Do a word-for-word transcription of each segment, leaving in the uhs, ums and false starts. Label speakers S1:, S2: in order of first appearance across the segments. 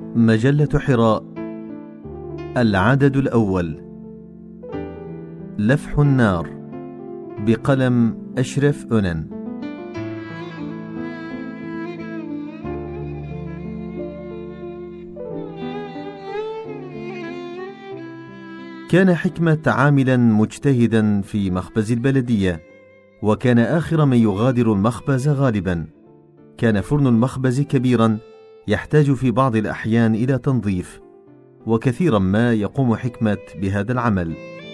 S1: مجلة حراء، العدد الأول، لفح النار، بقلم أشرف أنن. كان حكمة عاملا مجتهدا في مخبز البلدية، وكان آخر من يغادر المخبز غالبا. كان فرن المخبز كبيرا يحتاج في بعض الأحيان إلى تنظيف، وكثيرا ما يقوم حكمة بهذا العمل.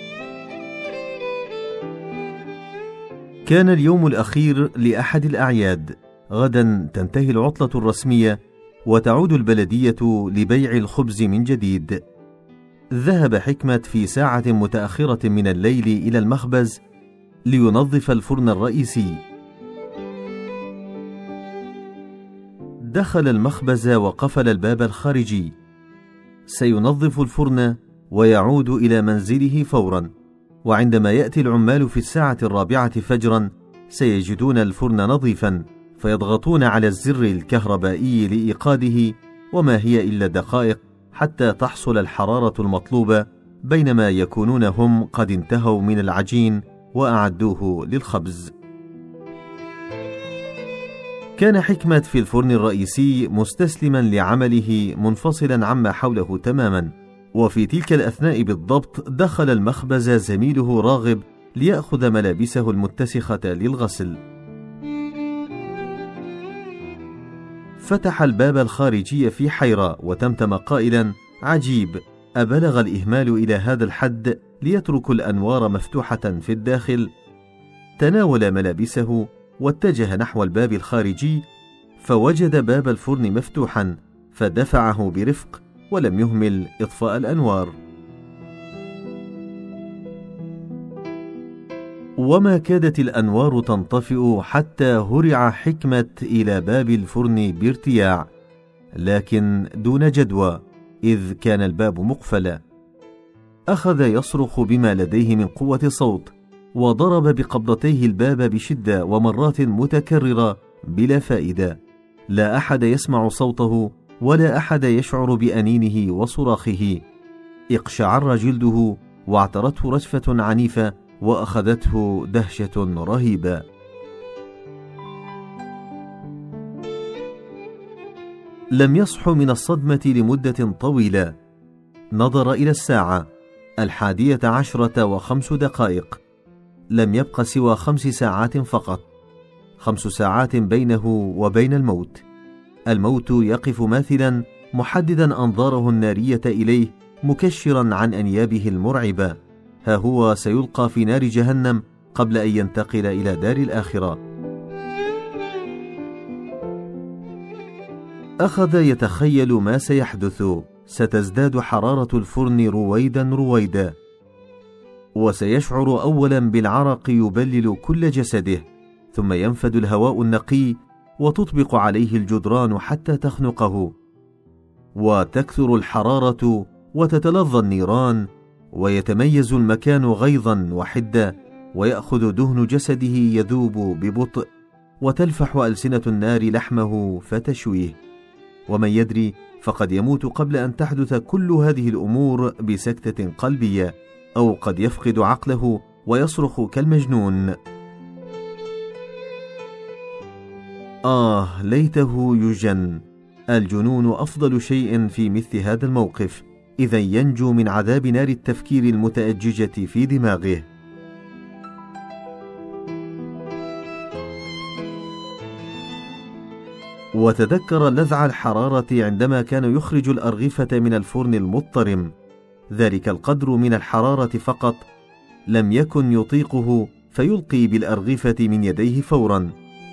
S1: كان اليوم الأخير لأحد الأعياد، غدا تنتهي العطلة الرسمية وتعود البلدية لبيع الخبز من جديد. ذهب حكمة في ساعة متأخرة من الليل إلى المخبز لينظف الفرن الرئيسي. دخل المخبز وقفل الباب الخارجي. سينظف الفرن ويعود إلى منزله فورا، وعندما يأتي العمال في الساعة الرابعة فجرا سيجدون الفرن نظيفا، فيضغطون على الزر الكهربائي لإيقاده، وما هي إلا دقائق حتى تحصل الحرارة المطلوبة، بينما يكونون هم قد انتهوا من العجين وأعدوه للخبز. كان حكمة في الفرن الرئيسي مستسلما لعمله منفصلا عما حوله تماما، وفي تلك الأثناء بالضبط دخل المخبز زميله راغب ليأخذ ملابسه المتسخة للغسل. فتح الباب الخارجي في حيرة وتمتم قائلا: عجيب، أبلغ الإهمال إلى هذا الحد ليترك الأنوار مفتوحة في الداخل؟ تناول ملابسه واتجه نحو الباب الخارجي، فوجد باب الفرن مفتوحا، فدفعه برفق ولم يهمل إطفاء الأنوار. وما كادت الأنوار تنطفئ حتى هرع حكمة إلى باب الفرن بارتياع، لكن دون جدوى، إذ كان الباب مقفلا. أخذ يصرخ بما لديه من قوة صوت، وضرب بقبضتيه الباب بشدة ومرات متكررة بلا فائدة. لا أحد يسمع صوته ولا أحد يشعر بأنينه وصراخه. اقشعر جلده واعترته رجفة عنيفة وأخذته دهشة رهيبة. لم يصح من الصدمة لمدة طويلة. نظر إلى الساعة، الحادية عشرة وخمس دقائق. لم يبق سوى خمس ساعات فقط، خمس ساعات بينه وبين الموت. الموت يقف ماثلا محددا أنظاره النارية إليه، مكشرا عن أنيابه المرعبة. ها هو سيلقى في نار جهنم قبل أن ينتقل إلى دار الآخرة. أخذ يتخيل ما سيحدث. ستزداد حرارة الفرن رويدا رويدا، وسيشعر أولا بالعرق يبلل كل جسده، ثم ينفد الهواء النقي وتطبق عليه الجدران حتى تخنقه، وتكثر الحرارة وتتلظى النيران، ويتميز المكان غيظا وحدة، ويأخذ دهن جسده يذوب ببطء، وتلفح ألسنة النار لحمه فتشويه. ومن يدري، فقد يموت قبل أن تحدث كل هذه الأمور بسكتة قلبية، أو قد يفقد عقله ويصرخ كالمجنون. آه ليته يجن. الجنون أفضل شيء في مثل هذا الموقف، إذا ينجو من عذاب نار التفكير المتأججة في دماغه. وتذكر لذع الحرارة عندما كان يخرج الأرغفة من الفرن المضطرم. ذلك القدر من الحرارة فقط لم يكن يطيقه، فيلقي بالأرغفة من يديه فورا.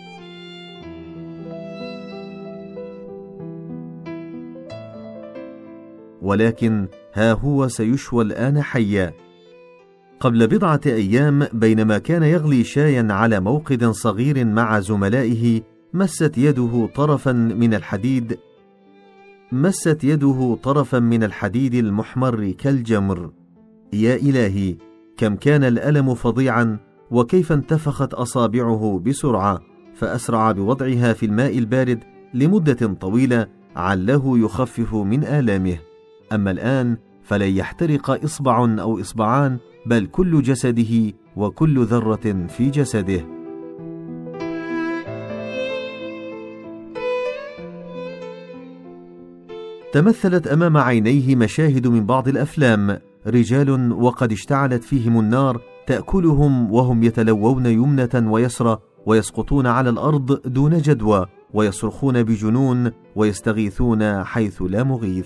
S1: ولكن ها هو سيشوى الآن حيا. قبل بضعة أيام، بينما كان يغلي شايا على موقد صغير مع زملائه، مست يده طرفا من الحديد مست يده طرفا من الحديد المحمر كالجمر. يا إلهي، كم كان الألم فظيعا، وكيف انتفخت أصابعه بسرعة، فأسرع بوضعها في الماء البارد لمدة طويلة عله يخفف من آلامه. أما الآن فلن يحترق إصبع أو إصبعان، بل كل جسده وكل ذرة في جسده. تمثلت أمام عينيه مشاهد من بعض الأفلام، رجال وقد اشتعلت فيهم النار تأكلهم وهم يتلوون يمنة ويسرى، ويسقطون على الأرض دون جدوى، ويصرخون بجنون، ويستغيثون حيث لا مغيث.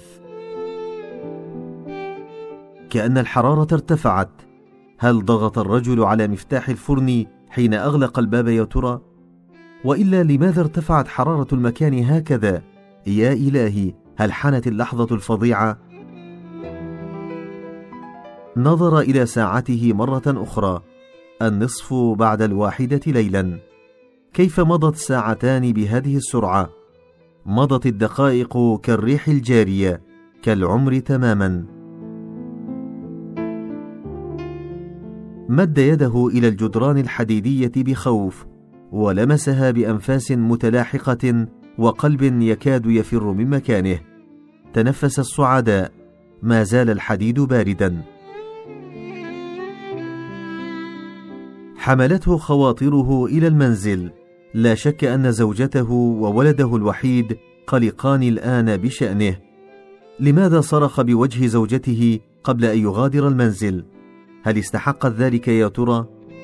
S1: كأن الحرارة ارتفعت. هل ضغط الرجل على مفتاح الفرن حين أغلق الباب يا ترى؟ وإلا لماذا ارتفعت حرارة المكان هكذا؟ يا إلهي، هل حانت اللحظة الفظيعة؟ نظر إلى ساعته مرة أخرى، النصف بعد الواحدة ليلا. كيف مضت ساعتان بهذه السرعة؟ مضت الدقائق كالريح الجارية، كالعمر تماما. مد يده إلى الجدران الحديدية بخوف، ولمسها بأنفاس متلاحقة وقلب يكاد يفر من مكانه. تنفس الصعداء، ما زال الحديد باردا. حملته خواطره إلى المنزل. لا شك أن زوجته وولده الوحيد قلقان الآن بشأنه. لماذا صرخ بوجه زوجته قبل أن يغادر المنزل؟ هل استحقت ذلك يا ترى؟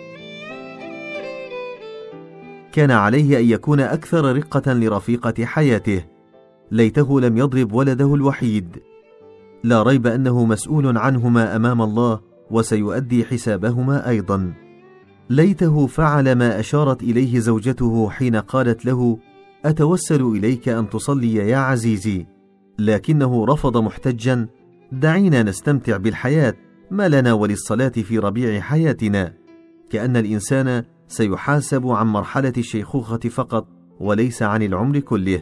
S1: كان عليه أن يكون أكثر رقة لرفيقة حياته. ليته لم يضرب ولده الوحيد. لا ريب أنه مسؤول عنهما أمام الله، وسيؤدي حسابهما أيضا. ليته فعل ما أشارت إليه زوجته حين قالت له: أتوسل إليك أن تصلي يا عزيزي، لكنه رفض محتجا: دعينا نستمتع بالحياة، ما لنا وللصلاة في ربيع حياتنا. كأن الإنسان سيحاسب عن مرحلة الشيخوخة فقط، وليس عن العمر كله.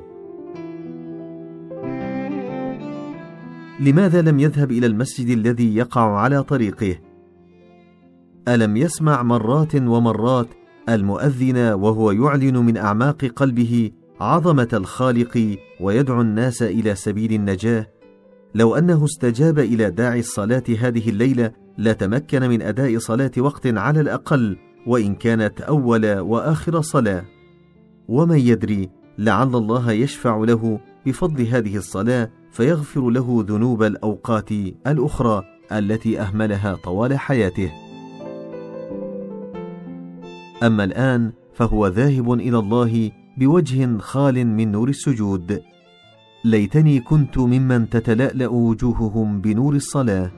S1: لماذا لم يذهب إلى المسجد الذي يقع على طريقه؟ ألم يسمع مرات ومرات المؤذن وهو يعلن من أعماق قلبه عظمة الخالق ويدعو الناس إلى سبيل النجاة؟ لو أنه استجاب إلى داعي الصلاة هذه الليلة لتمكن من أداء صلاة وقت على الأقل، وإن كانت أول وآخر صلاة. ومن يدري، لعل الله يشفع له بفضل هذه الصلاة فيغفر له ذنوب الأوقات الأخرى التي أهملها طوال حياته. أما الآن فهو ذاهب إلى الله بوجه خال من نور السجود. ليتني كنت ممن تتلألأ وجوههم بنور الصلاة.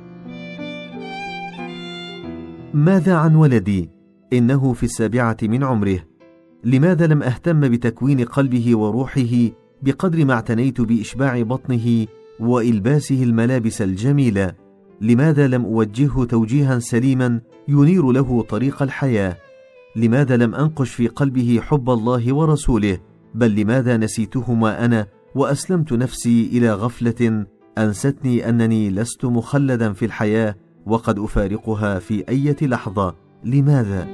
S1: ماذا عن ولدي؟ إنه في السابعة من عمره. لماذا لم أهتم بتكوين قلبه وروحه بقدر ما اعتنيت بإشباع بطنه وإلباسه الملابس الجميلة؟ لماذا لم أوجهه توجيها سليما ينير له طريق الحياة؟ لماذا لم أنقش في قلبه حب الله ورسوله؟ بل لماذا نسيتهما أنا وأسلمت نفسي إلى غفلة أنستني أنني لست مخلدا في الحياة وقد أفارقها في أي لحظة؟ لماذا؟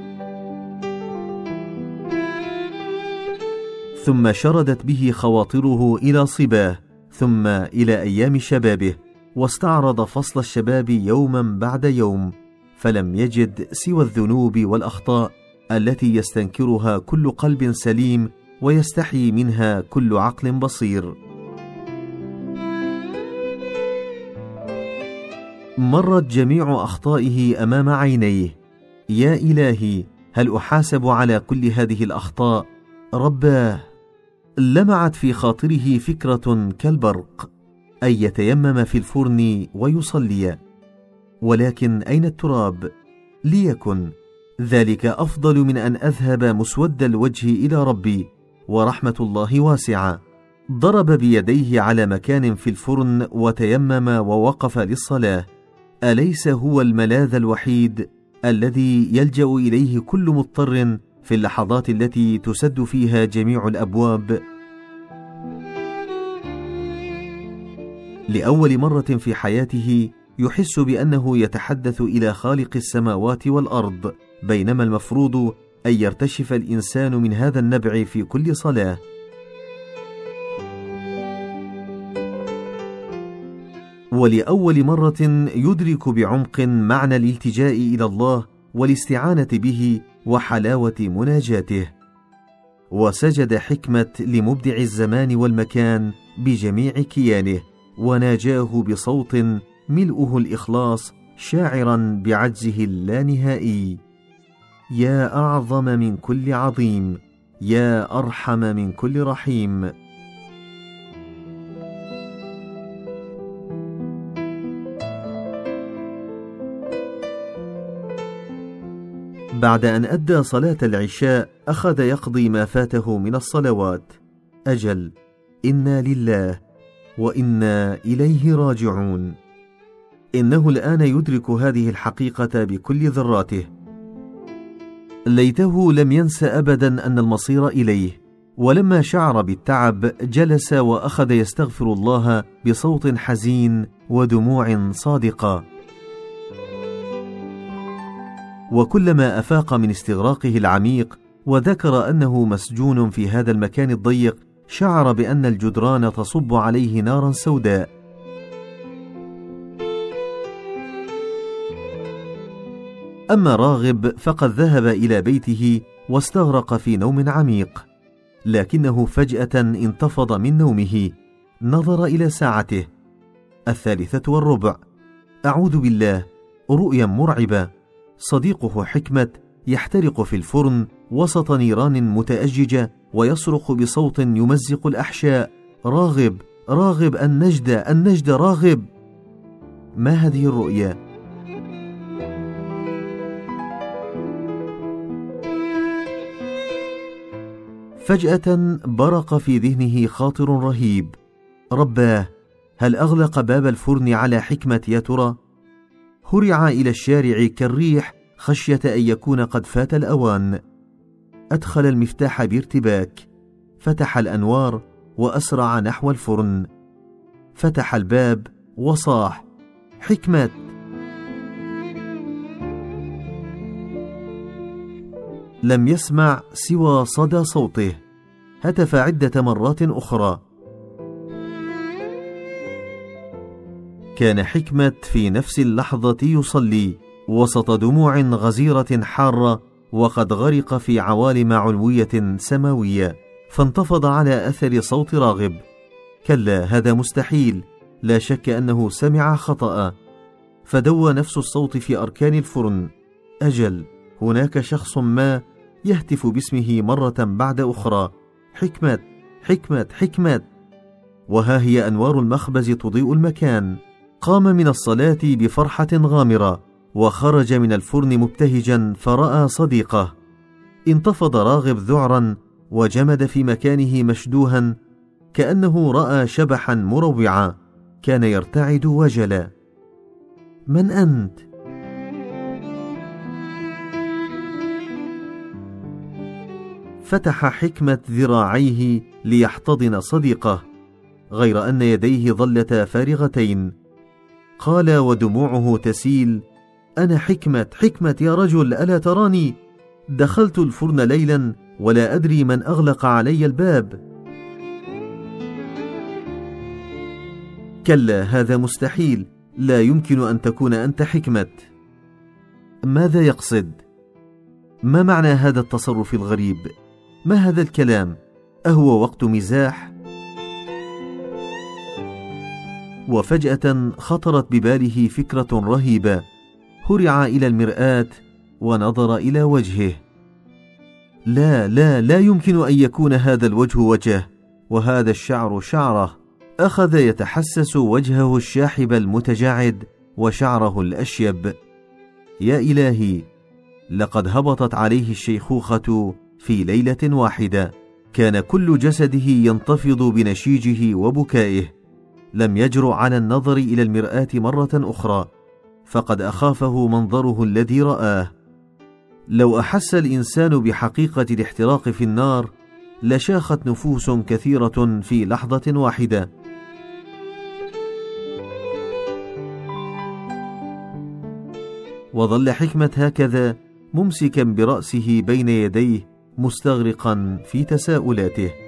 S1: ثم شردت به خواطره إلى صباه، ثم إلى أيام شبابه، واستعرض فصل الشباب يوما بعد يوم، فلم يجد سوى الذنوب والأخطاء التي يستنكرها كل قلب سليم ويستحي منها كل عقل بصير. مرت جميع أخطائه أمام عينيه. يا إلهي، هل أحاسب على كل هذه الأخطاء؟ رباه. لمعت في خاطره فكرة كالبرق، أن يتيمم في الفرن ويصلي. ولكن أين التراب؟ ليكن ذلك أفضل من أن أذهب مسود الوجه إلى ربي، ورحمة الله واسعة. ضرب بيديه على مكان في الفرن وتيمم ووقف للصلاة. أليس هو الملاذ الوحيد الذي يلجأ إليه كل مضطر في اللحظات التي تسد فيها جميع الأبواب؟ لأول مرة في حياته يحس بأنه يتحدث إلى خالق السماوات والأرض، بينما المفروض أن يرتشف الإنسان من هذا النبع في كل صلاة. ولأول مرة يدرك بعمق معنى الالتجاء إلى الله والاستعانة به وحلاوة مناجاته. وسجد حكمة لمبدع الزمان والمكان بجميع كيانه، وناجاه بصوت ملؤه الإخلاص، شاعرا بعجزه اللانهائي: يا أعظم من كل عظيم، يا أرحم من كل رحيم. بعد أن أدى صلاة العشاء أخذ يقضي ما فاته من الصلوات. أجل، إنا لله وإنا إليه راجعون. إنه الآن يدرك هذه الحقيقة بكل ذراته. ليته لم ينس أبدا أن المصير إليه. ولما شعر بالتعب جلس وأخذ يستغفر الله بصوت حزين ودموع صادقة. وكلما أفاق من استغراقه العميق وذكر أنه مسجون في هذا المكان الضيق، شعر بأن الجدران تصب عليه نارا سوداء. أما راغب فقد ذهب إلى بيته واستغرق في نوم عميق، لكنه فجأة انتفض من نومه، نظر إلى ساعته: الثالثة والربع. أعوذ بالله، رؤيا مرعبة. صديقه حكمة يحترق في الفرن وسط نيران متأججة ويصرخ بصوت يمزق الأحشاء: راغب، راغب، النجد، النجد، راغب. ما هذه الرؤيا؟ فجأة برق في ذهنه خاطر رهيب: رباه، هل أغلق باب الفرن على حكمة يا ترى؟ هرع إلى الشارع كالريح خشية أن يكون قد فات الأوان. أدخل المفتاح بارتباك، فتح الأنوار وأسرع نحو الفرن. فتح الباب وصاح: حكمة! لم يسمع سوى صدى صوته. هتف عدة مرات أخرى. كان حكمة في نفس اللحظة يصلي وسط دموع غزيرة حارة، وقد غرق في عوالم علوية سماوية، فانتفض على أثر صوت راغب. كلا، هذا مستحيل، لا شك أنه سمع خطأ. فدوى نفس الصوت في أركان الفرن. أجل، هناك شخص ما يهتف باسمه مرة بعد أخرى: حكمة، حكمة، حكمة. وها هي أنوار المخبز تضيء المكان. قام من الصلاة بفرحة غامرة، وخرج من الفرن مبتهجا فرأى صديقه. انتفض راغب ذعرا وجمد في مكانه مشدوها، كأنه رأى شبحا مروعا. كان يرتعد وجلا. من أنت؟ فتح حكمة ذراعيه ليحتضن صديقه، غير أن يديه ظلتا فارغتين. قال ودموعه تسيل: أنا حكمة، حكمة يا رجل، ألا تراني؟ دخلت الفرن ليلا ولا أدري من أغلق علي الباب. كلا، هذا مستحيل، لا يمكن أن تكون أنت حكمة. ماذا يقصد؟ ما معنى هذا التصرف الغريب؟ ما هذا الكلام؟ أهو وقت مزاح؟ وفجأة خطرت بباله فكرة رهيبة. هرع إلى المرآة ونظر إلى وجهه. لا لا لا يمكن أن يكون هذا الوجه وجهه، وهذا الشعر شعره. أخذ يتحسس وجهه الشاحب المتجعد وشعره الأشيب. يا إلهي، لقد هبطت عليه الشيخوخة في ليلة واحدة. كان كل جسده ينتفض بنشيجه وبكائه. لم يجرؤ على النظر إلى المرآة مرة أخرى، فقد أخافه منظره الذي رآه. لو أحس الإنسان بحقيقة الاحتراق في النار لشاخت نفوس كثيرة في لحظة واحدة. وظل حكمة هكذا ممسكا برأسه بين يديه مستغرقا في تساؤلاته.